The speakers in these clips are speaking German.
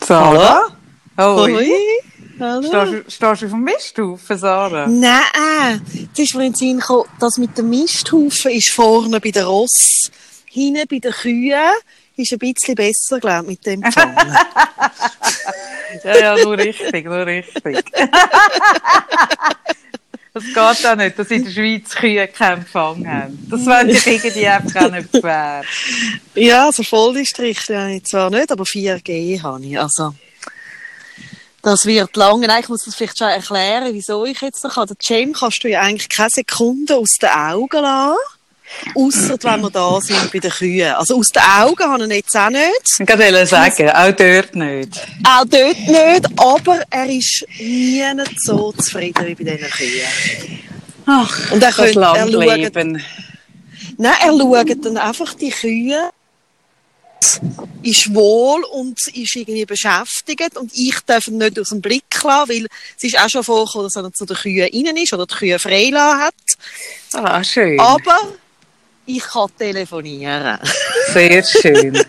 Sarah? Hoi. Hallo. Stehst du auf dem Misthaufen, Sarah? Nein, jetzt ist mir in den Sinn gekommen, das mit dem Misthaufen ist vorne bei den Ross, hinten bei den Kühen, ist ein bisschen besser, glaube ich, mit dem Empfang. Ja, nur richtig. Das geht auch nicht, dass in der Schweiz Kühe keinen Empfang haben. Das wäre ich irgendwie einfach auch nicht gewährt. Ja, also Volldistrikt habe ich zwar nicht, aber 4G habe ich. Also, das wird lange. Nein, ich muss das vielleicht schon erklären, wieso ich jetzt noch kann. Den Cem kannst du ja eigentlich keine Sekunde aus den Augen lassen. Ausser wenn wir da sind bei den Kühen. Also aus den Augen habe ich ihn jetzt auch nicht. Ich wollte sagen, auch dort nicht. Auch dort nicht, aber er ist nie so zufrieden wie bei diesen Kühen. Ach, und er das Landleben. Nein, er schaut dann einfach die Kühe, ist wohl und ist irgendwie beschäftigt und ich darf ihn nicht aus dem Blick lassen, weil es ist auch schon vorgekommen, dass er zu den Kühen rein ist oder die Kühe freigelassen hat. Ah, schön. Aber ich kann telefonieren. Sehr schön.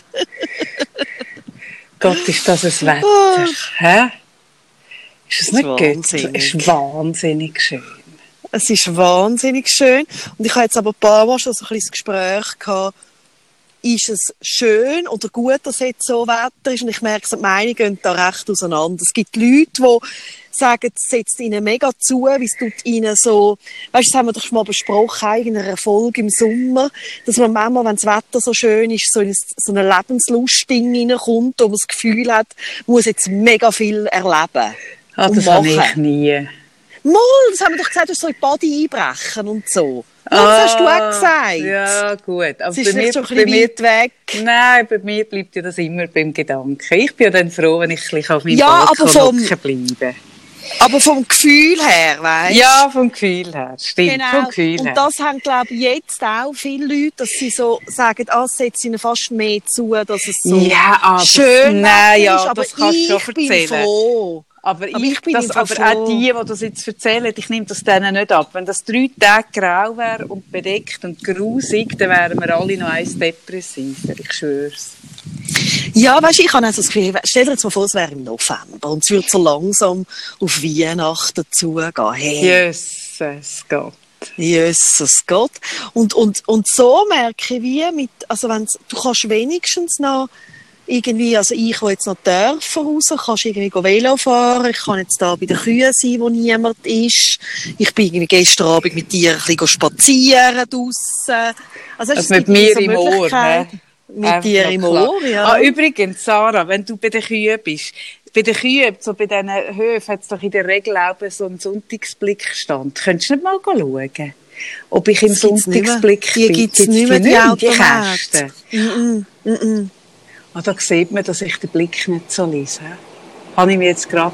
Gott, ist das ein Wetter. Hä? Ist es nicht göttlich? Es ist wahnsinnig schön. Es ist wahnsinnig schön. Und ich habe jetzt aber ein paar Mal schon so ein bisschen das Gespräch gehabt, ist es schön oder gut, dass jetzt so Wetter ist? Und ich merke, die Meinungen gehen da recht auseinander. Es gibt Leute, die sagen, es setzt ihnen mega zu, weil es tut ihnen so, weißt du, das haben wir doch schon mal besprochen, in einer Folge im Sommer, dass man manchmal, wenn das Wetter so schön ist, so eine Lebenslust-Ding reinkommt, wo man das Gefühl hat, man muss jetzt mega viel erleben. Ah, das habe ich nie. Mal, das haben wir doch gesagt, du sollst in die Body einbrechen und so. Das hast du auch gesagt. Ja, gut. Aber es ist vielleicht schon ein bisschen weit weg. Nein, bei mir bleibt ja das immer beim Gedanken. Ich bin ja dann froh, wenn ich ein bisschen auf meinem Balkon hocken bleibe. Aber vom Gefühl her, weißt du? Ja, vom Gefühl her. Stimmt, genau. Vom Gefühl her. Und das haben, glaube ich, jetzt auch viele Leute, dass sie so sagen, es setzt ihnen fast mehr zu, dass es so schön ist. Aber das kannst du schon erzählen. Bin froh. Aber auch die das jetzt erzählen, ich nehme das denen nicht ab. Wenn das 3 Tage grau wäre und bedeckt und grusig, dann wären wir alle noch eins depressiver. Ich schwör's. Ja, weißt du, ich habe also das Gefühl, stell dir jetzt mal vor, es wäre im November und es würde so langsam auf Weihnachten zugehen. Hey. Jesus Gott. Jesus Gott. Und so merke ich, wie du kannst wenigstens noch irgendwie, also ich, wo jetzt noch Dörfer raus, kannst irgendwie Velo fahren, ich kann jetzt da bei den Kühen sein, wo niemand ist. Ich bin irgendwie gestern Abend mit dir ein bisschen spazieren draussen. Also mit mir im Ohr, mit dir im Ohr, ja. Ah, übrigens, Sarah, wenn du bei den Kühen bist, bei den Kühen, so bei diesen Höfen, hat es doch in der Regel auch so einen Sonntagsblickstand. Könntest du nicht mal schauen, ob ich im Sonntagsblick bin? Die gibt es nicht mehr, die Automaten. Ah, da sieht man, dass ich den Blick nicht so lese. Habe ich mir jetzt gerade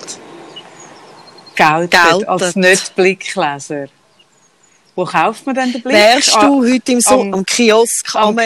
geoutet als Nicht-Blickleser. Wo kauft man denn den Blick? Wärst du heute am Kiosk? Am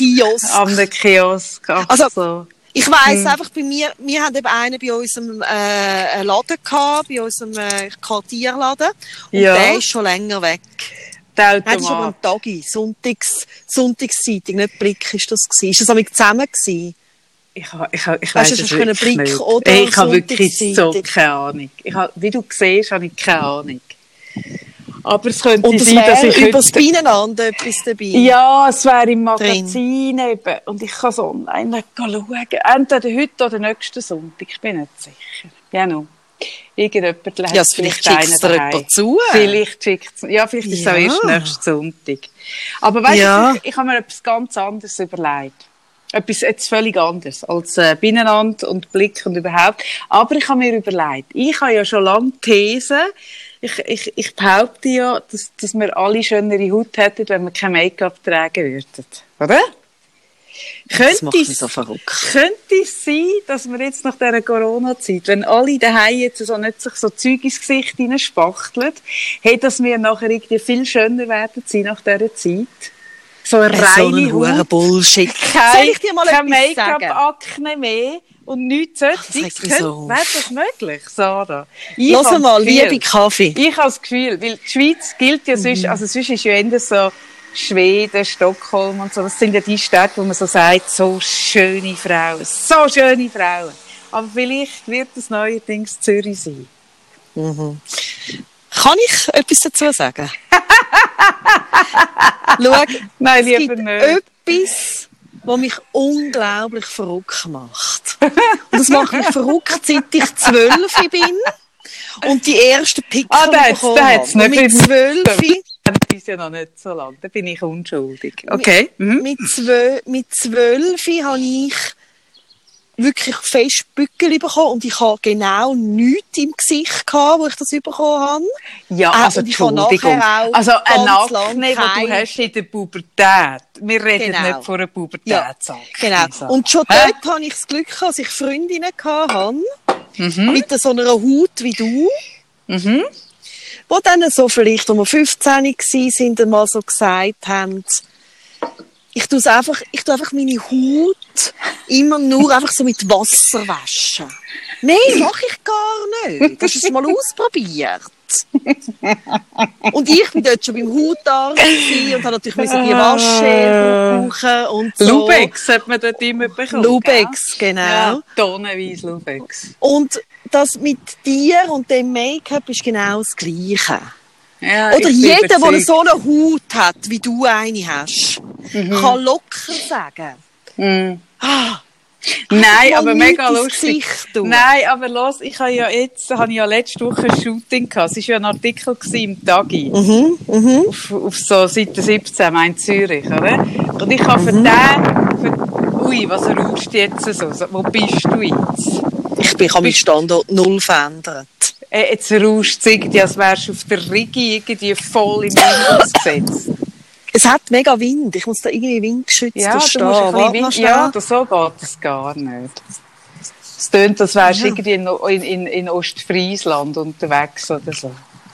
Kiosk. Also, ich weiss einfach, wir haben eben einen bei unserem Laden gehabt, bei unserem Quartierladen. Und der ist schon länger weg. Nein, das ist aber ein Tagi, Sonntagszeitung, nicht Blick ist das gewesen. Ist das auch zusammen gewesen? Ich weiss es wirklich nicht. Ich habe wirklich so keine Ahnung. Wie du siehst, habe ich keine Ahnung. Aber es könnte sein, dass ich über das Beieinander etwas dabei. Ja, es wäre im Magazin eben. Und ich kann es online nicht schauen. Entweder heute oder nächsten Sonntag. Ich bin nicht sicher. Genau. Irgendjemand lässt vielleicht schickt dir jemand zu. Vielleicht schickt es. Ja, vielleicht ist es auch erst nächsten Sonntag. Aber weißt du, ich habe mir etwas ganz anderes überlegt. Etwas jetzt völlig anderes als Beieinander und Blick und überhaupt. Aber ich habe mir überlegt, ich habe ja schon lange These, ich behaupte ja, dass wir alle schönere Haut hätten, wenn wir kein Make-up tragen würden. Oder? Das macht mich so verrückt. Könnte es sein, dass wir jetzt nach dieser Corona-Zeit, wenn alle daheim jetzt so nicht sich so Zeug ins Gesicht hineinspachteln, dass wir nachher irgendwie viel schöner werden sein nach dieser Zeit? So eine reine Haut. Bullshit. Soll ich dir mal kein Make-up-Akne mehr und nichts solches. Wäre das möglich, Sarah? Lass mal, liebe Kaffee. Ich habe das Gefühl, weil die Schweiz gilt ja sonst, also sonst ist ja eher so Schweden, Stockholm und so, das sind ja die Städte, wo man so sagt, so schöne Frauen. aber vielleicht wird es neuerdings Zürich sein. Mhm. Kann ich etwas dazu sagen? Schau, Nein, es lieber gibt nicht. etwas, was mich unglaublich verrückt macht. Und das macht mich verrückt, seit ich 12 bin und die ersten Pickel bekommen habe. Und mit 12... Das ist ja noch nicht so lange, da bin ich unschuldig. Okay. Mit 12 habe ich wirklich fest Bückel bekommen und ich habe genau nichts im Gesicht gehabt, wo ich das bekommen habe. Ja, also Entschuldigung. Also ein Akne, den du hast in der Pubertät. Wir reden nicht von einer Pubertätsakne. Ja, genau. Und schon dort hatte ich das Glück, dass ich Freundinnen hatte, mit so einer Haut wie du. Mhm. Die dann so vielleicht, als wir 15 waren, einmal so gesagt haben, ich tue einfach meine Haut immer nur einfach so mit Wasser waschen. Nein, mache ich gar nicht. Hast du es mal ausprobiert? Und ich bin dort schon beim Hautarzt und habe natürlich die Waschgel brauchen und so. Lubex hat man dort immer bekommen. Lubex, genau. Ja, tonnenweise Lubex. Und das mit dir und dem Make-up ist genau das Gleiche. Ja, oder jeder, der so eine Haut hat, wie du eine hast, kann locker sagen. Nein, aber mega lustig. Nein, aber los, ich habe ja letzte Woche ein Shooting gehabt. Es war ja ein Artikel im Tagi. Auf so Seite 17, in Zürich, oder? Und ich habe ui, was rauscht jetzt so? Wo bist du jetzt? Ich habe meinen Standort null verändert. Jetzt rauscht es irgendwie, als wärst du auf der Rigi irgendwie voll im Wind ausgesetzt. Es hat mega Wind. Ich muss da irgendwie windgeschützt stehen. Ja, so geht es gar nicht. Es tönt, als wärst du irgendwie in Ostfriesland unterwegs oder so.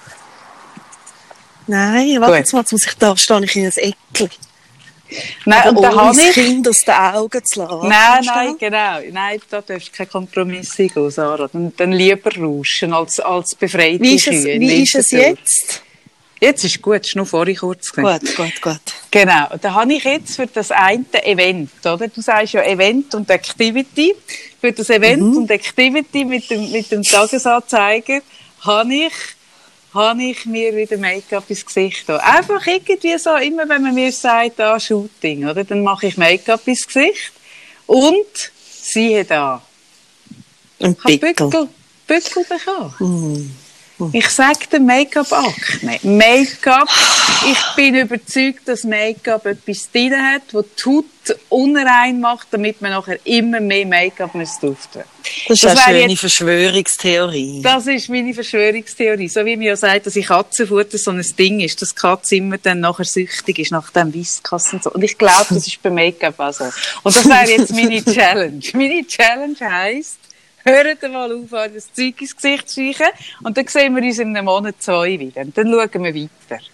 Nein, warte jetzt mal, stehe ich in ein Eckchen. Nein, und da habe ich Kind aus den Augen zu lassen. Nein, genau. Nein, da darfst du keinen Kompromiss eingehen, Sarah. Dann lieber rauschen als befreite Kühe. Wie ist es jetzt? Jetzt ist gut, es ist nur vorhin kurz gewesen. Gut. Genau, da habe ich jetzt für das eine Event, oder? Du sagst ja Event und Activity. Für das Event und Activity mit dem Tagesanzeiger habe ich mir wieder Make-up ins Gesicht da. Einfach irgendwie so, immer wenn man mir sagt, Shooting, oder? Dann mache ich Make-up ins Gesicht. Und siehe da. Ein Pickel bekommen. Ich sage dir Make-up-Akne. Make-up, ich bin überzeugt, dass Make-up etwas drin hat, das die Haut unrein macht, damit man nachher immer mehr Make-up drauf tun muss. Das ist eine schöne Verschwörungstheorie. Das ist meine Verschwörungstheorie. So wie mir ja sagt, dass in Katzenfutter so ein Ding ist, dass die Katze immer dann nachher süchtig ist nach dem Whiskas und so. Und ich glaube, das ist bei Make-up auch so. Und das wäre jetzt meine Challenge. Meine Challenge heisst, hört mal auf, das Zeug ins Gesicht zu streichen. Und dann sehen wir uns in einem Monat 2 wieder. Und dann schauen wir weiter.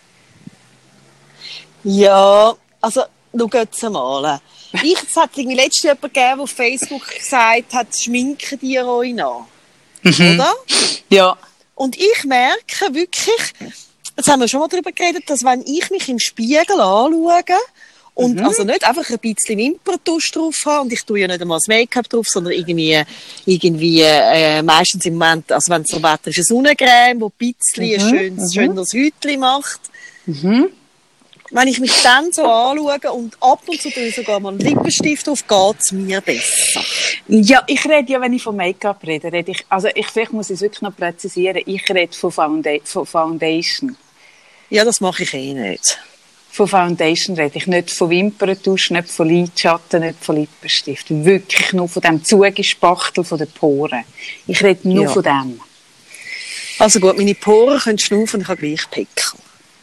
Ja, also, schau jetzt mal. Es hat letztens jemand gegeben, der auf Facebook gesagt hat, schminken die euch nach. Oder? Ja. Und ich merke wirklich, jetzt haben wir schon mal darüber geredet, dass wenn ich mich im Spiegel anschaue, und also nicht einfach ein bisschen Wimperntusch drauf haben, und ich tue ja nicht einmal das Make-up drauf, sondern irgendwie meistens im Moment, also wenn es so Wetter ist, eine Sonnencreme, die ein bisschen ein schönes Häutchen macht. Wenn ich mich dann so anschaue und ab und zu tue ich sogar mal einen Lippenstift drauf, geht es mir besser. Ja, ich rede ja, wenn ich von Make-up rede, vielleicht muss ich es wirklich noch präzisieren, ich rede von Foundation. Ja, das mache ich eh nicht. Von Foundation rede ich, nicht von Wimperntusch, nicht von Lidschatten, nicht von Lippenstift. Wirklich nur von dem Zugespachtel von den Poren. Ich rede nur von dem. Also gut, meine Poren können schnaufen, ich habe gleich Pickel.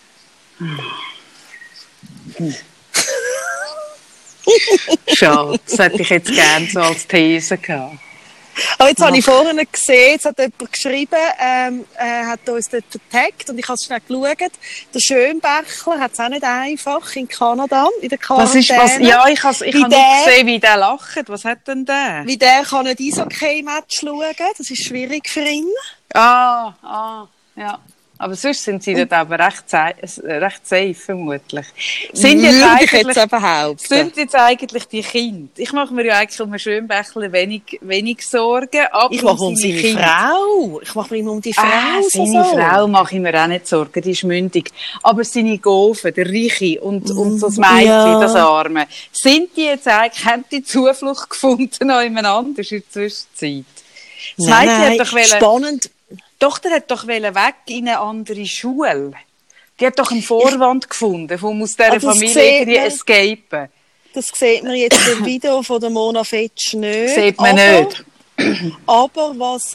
Schade, das hätte ich jetzt gerne so als These gehabt. Aber jetzt habe ich vorhin gesehen, jetzt hat jemand geschrieben, hat uns dort getaggt und ich habe es schnell geschaut. Der Schönbächler hat es auch nicht einfach in Kanada, in der Quarantäne. Ja, ich habe nur gesehen, wie der lacht. Was hat denn der? Wie der kann ein Eishockey-Match schauen, das ist schwierig für ihn. Ja. Aber sonst sind sie dort aber recht safe, vermutlich. Sind jetzt eigentlich die Kinder? Ich mache mir ja eigentlich um einen Schönbächler wenig Sorgen. Aber ich mache um seine Frau. Ich mache mir immer um die Frau seine Frau mache ich mir auch nicht Sorgen, die ist mündig. Aber seine Gofen, der Reiche und so das Mädchen, das Arme, sind die jetzt eigentlich, haben die Zuflucht gefunden an jemand anderes in der Zwischenzeit? Das Mädchen hat doch spannend. Die Tochter hat doch weg in eine andere Schule. Die hat doch einen Vorwand gefunden, um aus dieser Familie irgendwie escapen. Das sieht man jetzt im Video von der Mona Fetsch nicht. Sieht man nicht. Aber was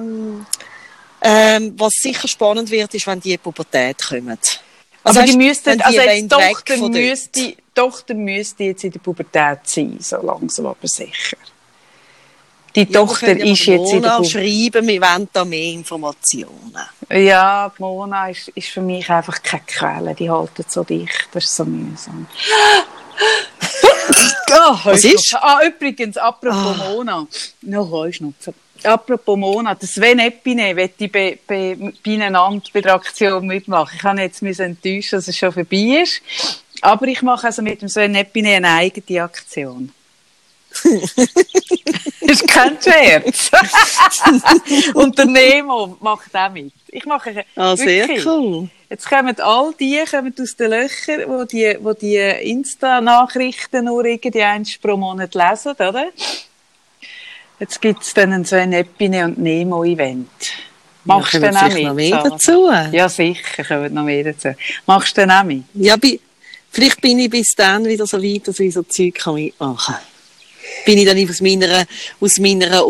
sicher spannend wird, ist, wenn die in die Pubertät kommen. Also aber die Tochter müsste jetzt in der Pubertät sein, so langsam aber sicher. Die Tochter ist jetzt in der Pubertät. Schreiben, wir wollen da mehr Informationen. Ja, die Mona ist für mich einfach keine Quelle. Die halten so dicht, das ist so mühsam. Was ist? Übrigens, apropos Mona. Noch Heuschnupfen. Apropos Mona, der Sven Epine möchte ich bei der Aktion mitmachen. Ich habe jetzt enttäuscht, dass es schon vorbei ist. Aber ich mache also mit dem Sven Epine eine eigene Aktion. Das ist kein Scherz. Und der Nemo macht auch mit. Ich mache sehr cool. Jetzt kommen all die aus den Löchern, wo die Insta-Nachrichten nur irgendwie eins pro Monat lesen, oder? Jetzt gibt es dann so ein Epine- und Nemo-Event. Machst du dann auch mit? Noch mehr dazu? Ja, sicher, kommen noch mehr dazu. Machst du dann auch mit? Ja, vielleicht bin ich bis dann wieder so weit, dass ich so Zeug mitmachen kann. Bin ich dann aus meiner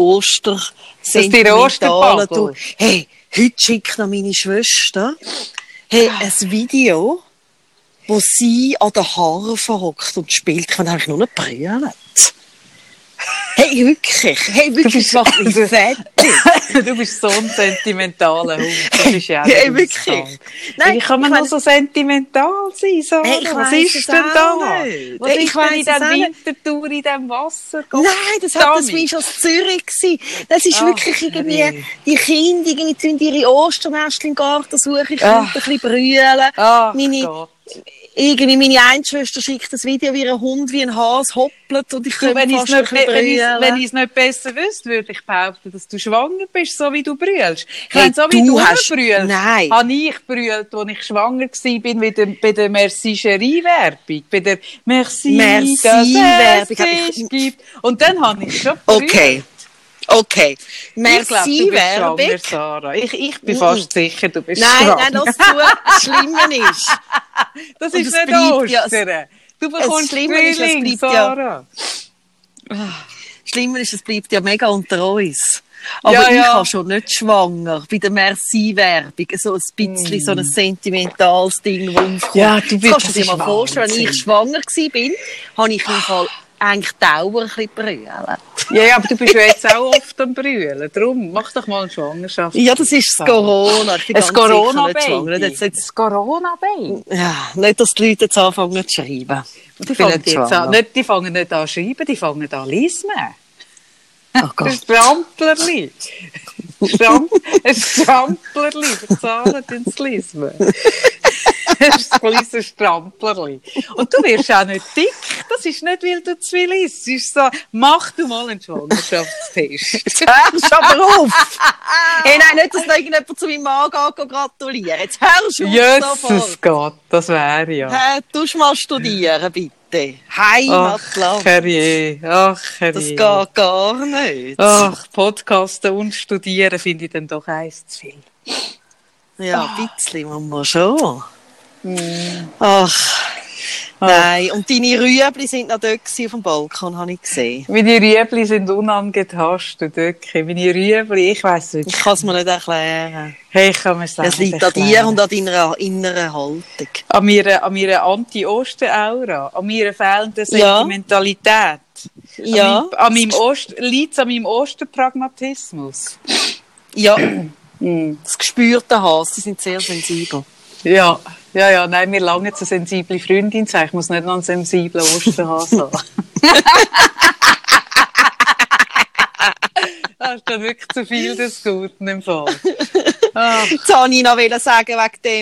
Osterbabel. Hey, heute schickt noch meine Schwester ein Video, wo sie an der Harfe hockt und spielt. Ich kann eigentlich nur noch brüllen. Hey, wirklich, das macht mich fertig. Du bist so ein sentimentaler Hund. Das ist ja hey, wirklich. Nein, wie kann man nur so sentimental sein, Sarah? Hey, was ist denn da? Was hey, ist denn in dieser Wintertour, in diesem Wasser? Nein, das war aus Zürich. Das ist wirklich irgendwie, die Kinder irgendwie tun ihre Osternestchen im Garten suchen, ich könnte ein bisschen brüllen. Irgendwie meine Einschwester schickt das Video, wie ein Hund, wie ein Hase hoppelt und ich könnte wenn ich es nicht besser wüsste, würde ich behaupten, dass du schwanger bist, so wie du brüllst. Ich meine, so wie du brüllst, habe ich brüllt, als ich schwanger war, bei der Merci-Cherie-Werbung, bei der Merci-Werbung. Und dann habe ich schon brüllt. Okay. Merci-Werbung. Sarah. Ich bin fast sicher, du bist schwanger. Nein, lass zu. Das Schlimme ist. Das ist nicht Ostern. Du bekommst Frühling, Sarah. Schlimmer ist, es bleibt ja mega unter uns. Aber ich habe schon nicht schwanger. Bei der Merci-Werbung. So ein bisschen so ein sentimentales Ding, wo aufkommt. Ja, du kannst dir mal vorstellen, wenn ich schwanger war, habe ich im Fall eigentlich dauernd ein bisschen brüllen. Ja, aber du bist ja jetzt auch oft am Brüllen. Darum, mach doch mal eine Schwangerschaft. Ja, das ist das Corona. Das Corona-Baby. Das Corona-Baby. Ja, nicht, dass die Leute jetzt anfangen zu schreiben. Die fangen nicht an zu schreiben, die fangen an zu lesen. Oh Gott. Ein Stramplerli. Ein Stramplerli. Verzahlen ins Lesen. Das ist ein kleines Stramplerli. Und du wirst auch nicht dick. Das ist nicht, weil du zu viel isst. Es ist so, mach du mal einen Schwangerschaftstest. Jetzt hörst aber auf. Hey, nein, nicht, dass noch irgendjemand zu meinem Mann geht gratulieren. Jetzt hörst du auf. Jesus Gott, das wäre ja. Hey, du mal studieren, bitte. Heimatland. Ach, herrje. Das geht gar nicht. Ach, Podcasten und Studieren finde ich dann doch eins zu viel. Ja, ein bisschen muss man schon. Ach. Nein, und deine Rüebli sind noch dort auf dem Balkon, habe ich gesehen. Meine Rüebli sind unangetastet, wirklich. Meine Rüebli, ich weiss nicht. Ich kann es mir nicht erklären. Hey, ich kann mir es Es liegt an dir und an deiner inneren Haltung. An meiner Anti-Oster-Aura, an meiner fehlenden Sentimentalität. Ja. Liegt es an meinem Osterpragmatismus? Ja. Das gespürte Hass, die sind sehr sensibel. Ja, nein, mir lange eine sensible Freundin sein. Ich muss nicht noch einen sensiblen Osterhase haben. Das ist dann wirklich zu viel des Guten im Fall. Jetzt wollte ich noch sagen,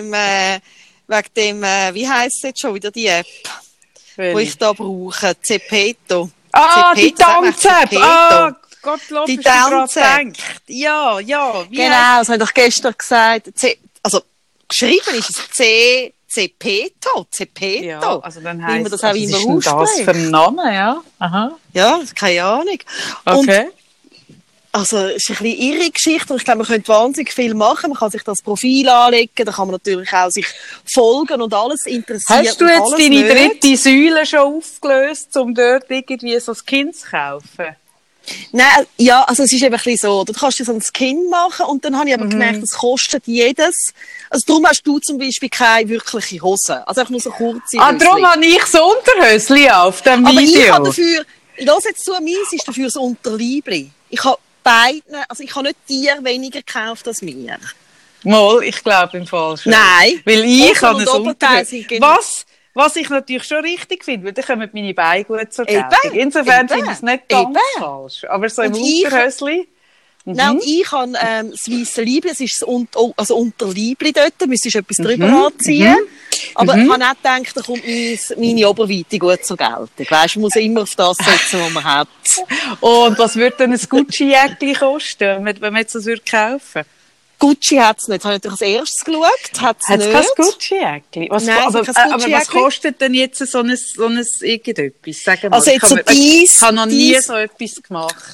wegen dem, wie heisst es jetzt schon wieder, die App, die ich da brauche, Zepeto. Die Tanz-App! Gottlob, die Tanz-App. Ja. Genau, das habe ich doch gestern gesagt. Geschrieben ist es Zepeto. Ja, also dann heisst, wie man das auch immer ausspricht. Was für ein Name, ja? Aha. Ja, keine Ahnung. Okay. Also, es ist ein bisschen irre Geschichte und ich glaube, man könnte wahnsinnig viel machen. Man kann sich das Profil anlegen, da kann man natürlich auch sich folgen und alles interessiert. Hast du jetzt deine dritte Säule schon aufgelöst, um dort irgendwie so ein Kind zu kaufen? Nein, ja, also es ist eben ein bisschen so, du kannst dir so ein Skin machen und dann habe ich aber gemerkt, das kostet jedes. Also darum hast du zum Beispiel keine wirkliche Hose. Also einfach nur so kurze Höschen. Darum habe ich so Unterhöschen auf dem aber Video. Aber ich habe dafür, lass jetzt zu, meins ist dafür das Unterliebli. Ich habe ich habe nicht dir weniger gekauft als mir. Mal, ich glaube im Fall schon. Nein. Weil ich habe ein Unterhöschen. Was ich natürlich schon richtig finde, weil dann kommen meine Beine gut zur Geltung. Insofern finde ich es nicht ganz falsch. Aber so im Unterhöschen. Nein, und ich habe das weisse Liebli, es ist das Unterliebli dort, da müsstest du etwas drüber anziehen. Aber ich habe auch gedacht, da kommt meine Oberweite gut zur Geltung. Weisst, man muss immer auf das setzen, was man hat. Und was würde denn ein Gucci-Jäckchen kosten, wenn man jetzt das kaufen würde? Gucci hat es nicht. Ich habe natürlich als erstes geschaut. Hat es kein Gucci-Jäckchen? Aber was kostet denn jetzt so ein irgendetwas? Sag mal, also jetzt ich habe noch nie so etwas gemacht.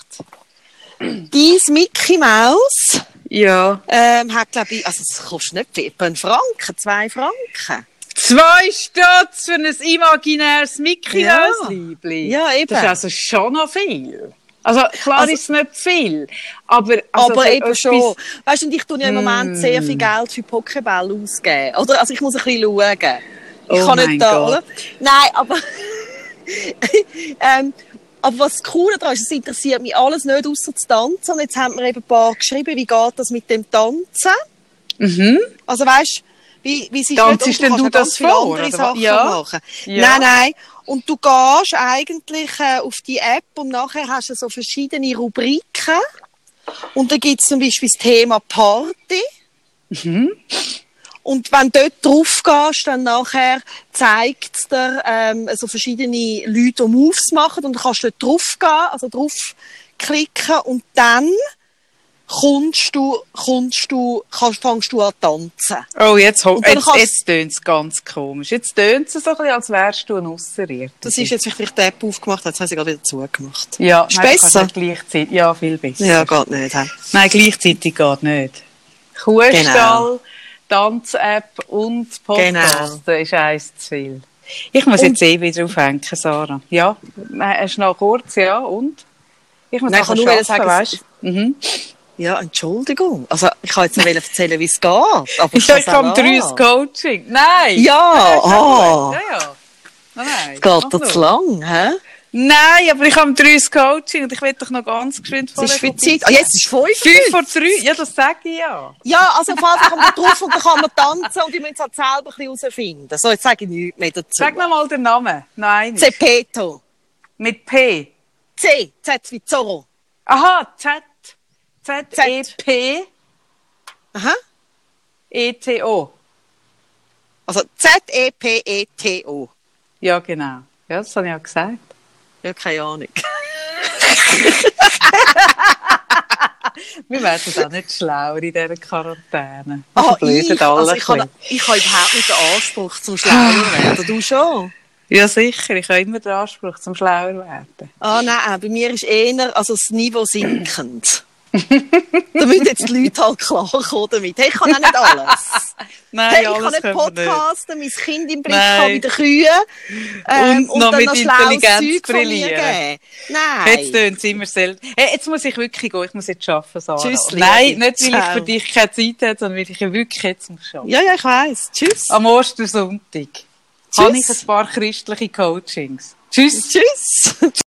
Dein Mickey Mouse hat, glaube ich, also es kostet nicht viel, etwa 1 Franken, 2 Franken. 2 Stutz für ein imaginäres Mickey Mouse-Liebli? Ja, eben. Das ist also schon noch viel. Also klar ist es nicht viel, aber eben schon. Weißt du, und ich tue ja im Moment sehr viel Geld für Pokéball ausgeben. Oder? Also ich muss ein bisschen schauen. Ich kann nicht da, oder? Nein, aber aber was cool daran ist, es interessiert mich alles nicht ausser zu tanzen. Und jetzt haben wir eben ein paar geschrieben, wie geht das mit dem Tanzen? Also weißt du, wie sie tanzst denn du das vor? Andere Sachen machen. Ja. Nein. Und du gehst eigentlich auf die App und nachher hast du so verschiedene Rubriken. Und da gibt es zum Beispiel das Thema Party. Und wenn du dort drauf gehst, dann nachher zeigt es dir so verschiedene Leute, die Moves machen. Und dann kannst du dort drauf gehen, also draufklicken und dann fängst du an tanzen. Oh, jetzt tönt es ganz komisch. Jetzt tönt es so ein bisschen, als wärst du ein Ausserierter. Das ist jetzt, wie ich die App aufgemacht habe, jetzt habe ich gerade wieder zugemacht. Ja, ist besser? Gleichzeitig. Ja, viel besser. Ja, geht nicht. He? Nein, gleichzeitig geht nicht. Kuhstall, Tanz-App und Podcast ist eins zu viel. Ich muss jetzt wieder aufhängen, Sarah. Ja, hast du noch kurz, ja, und? Ich muss nur sagen, weißt ja, Entschuldigung. Also, ich kann jetzt noch erzählen, wie es geht. Aber ich komme 3 Coaching. Nein! Ja, Nein. Geht das zu lang, hä? Nein, aber ich habe 3 Coaching und ich will doch noch ganz geschwind vorher. Es ist viel Zeit. Jetzt ist 5 vor 3. Ja, das sage ich ja. Ja, also auf jeden Fall kommt man drauf und dann kann man tanzen und ich muss es halt selber ein bisschen herausfinden. So, jetzt sage ich nichts mehr dazu. Sag noch mal den Namen. Nein. Zepeto. Mit P. Z wie Zorro. Aha, Z-E-P. Aha. E-T-O. Also Z-E-P-E-T-O. Ja, genau. Ja, das habe ich ja gesagt. Ja, keine Ahnung. Wir werden auch nicht schlauer in dieser Quarantäne. Ich habe überhaupt nicht den Anspruch zum Schlauer werden. Du schon? Ja, sicher. Ich habe immer den Anspruch zum Schlauer werden. Nein, bei mir ist eher das Niveau sinkend. Da müssen jetzt die Leute halt klarkommen damit. Hey, ich kann auch nicht alles. Nein, ich alles kann nicht podcasten, mein Kind im Blick haben mit den Kühen und noch dann mit noch Intelligenz brillieren. Nein. Jetzt tönt es immer selten. Hey, jetzt muss ich wirklich gehen, ich muss jetzt arbeiten, Sarah. Tschüss, nein, nicht weil ich für dich keine Zeit habe, sondern weil ich wirklich jetzt muss arbeiten. Ja, ich weiss. Tschüss. Am Ostersonntag habe ich ein paar christliche Coachings. Tschüss. Tschüss.